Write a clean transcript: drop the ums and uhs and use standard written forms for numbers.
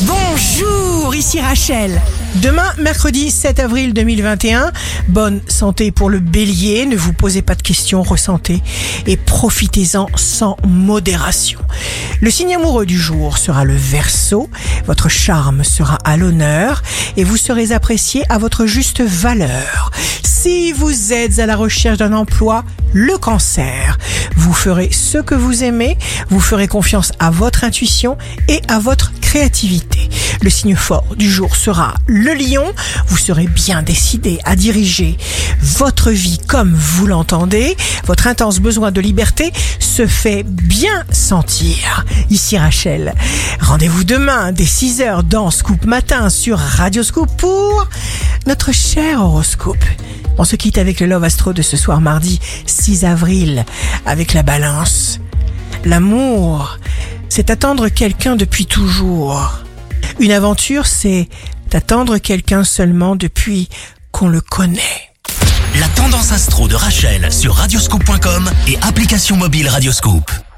Bonjour, ici Rachel. Demain, mercredi 7 avril 2021, bonne santé pour le bélier, ne vous posez pas de questions, ressentez et profitez-en sans modération. Le signe amoureux du jour sera le Verseau, votre charme sera à l'honneur et vous serez apprécié à votre juste valeur. Si vous êtes à la recherche d'un emploi, le Cancer, vous ferez ce que vous aimez, vous ferez confiance à votre intuition et à votre créativité. Le signe fort du jour sera le Lion, vous serez bien décidé à diriger votre vie comme vous l'entendez, votre intense besoin de liberté se fait bien sentir. Ici Rachel, rendez-vous demain dès 6h dans Scoop Matin sur Radio Scoop pour notre cher horoscope. On se quitte avec le Love Astro de ce soir mardi 6 avril avec la Balance. L'amour, c'est attendre quelqu'un depuis toujours. Une aventure, c'est attendre quelqu'un seulement depuis qu'on le connaît. La tendance astro de Rachel sur radioscoop.com et application mobile Radioscoop.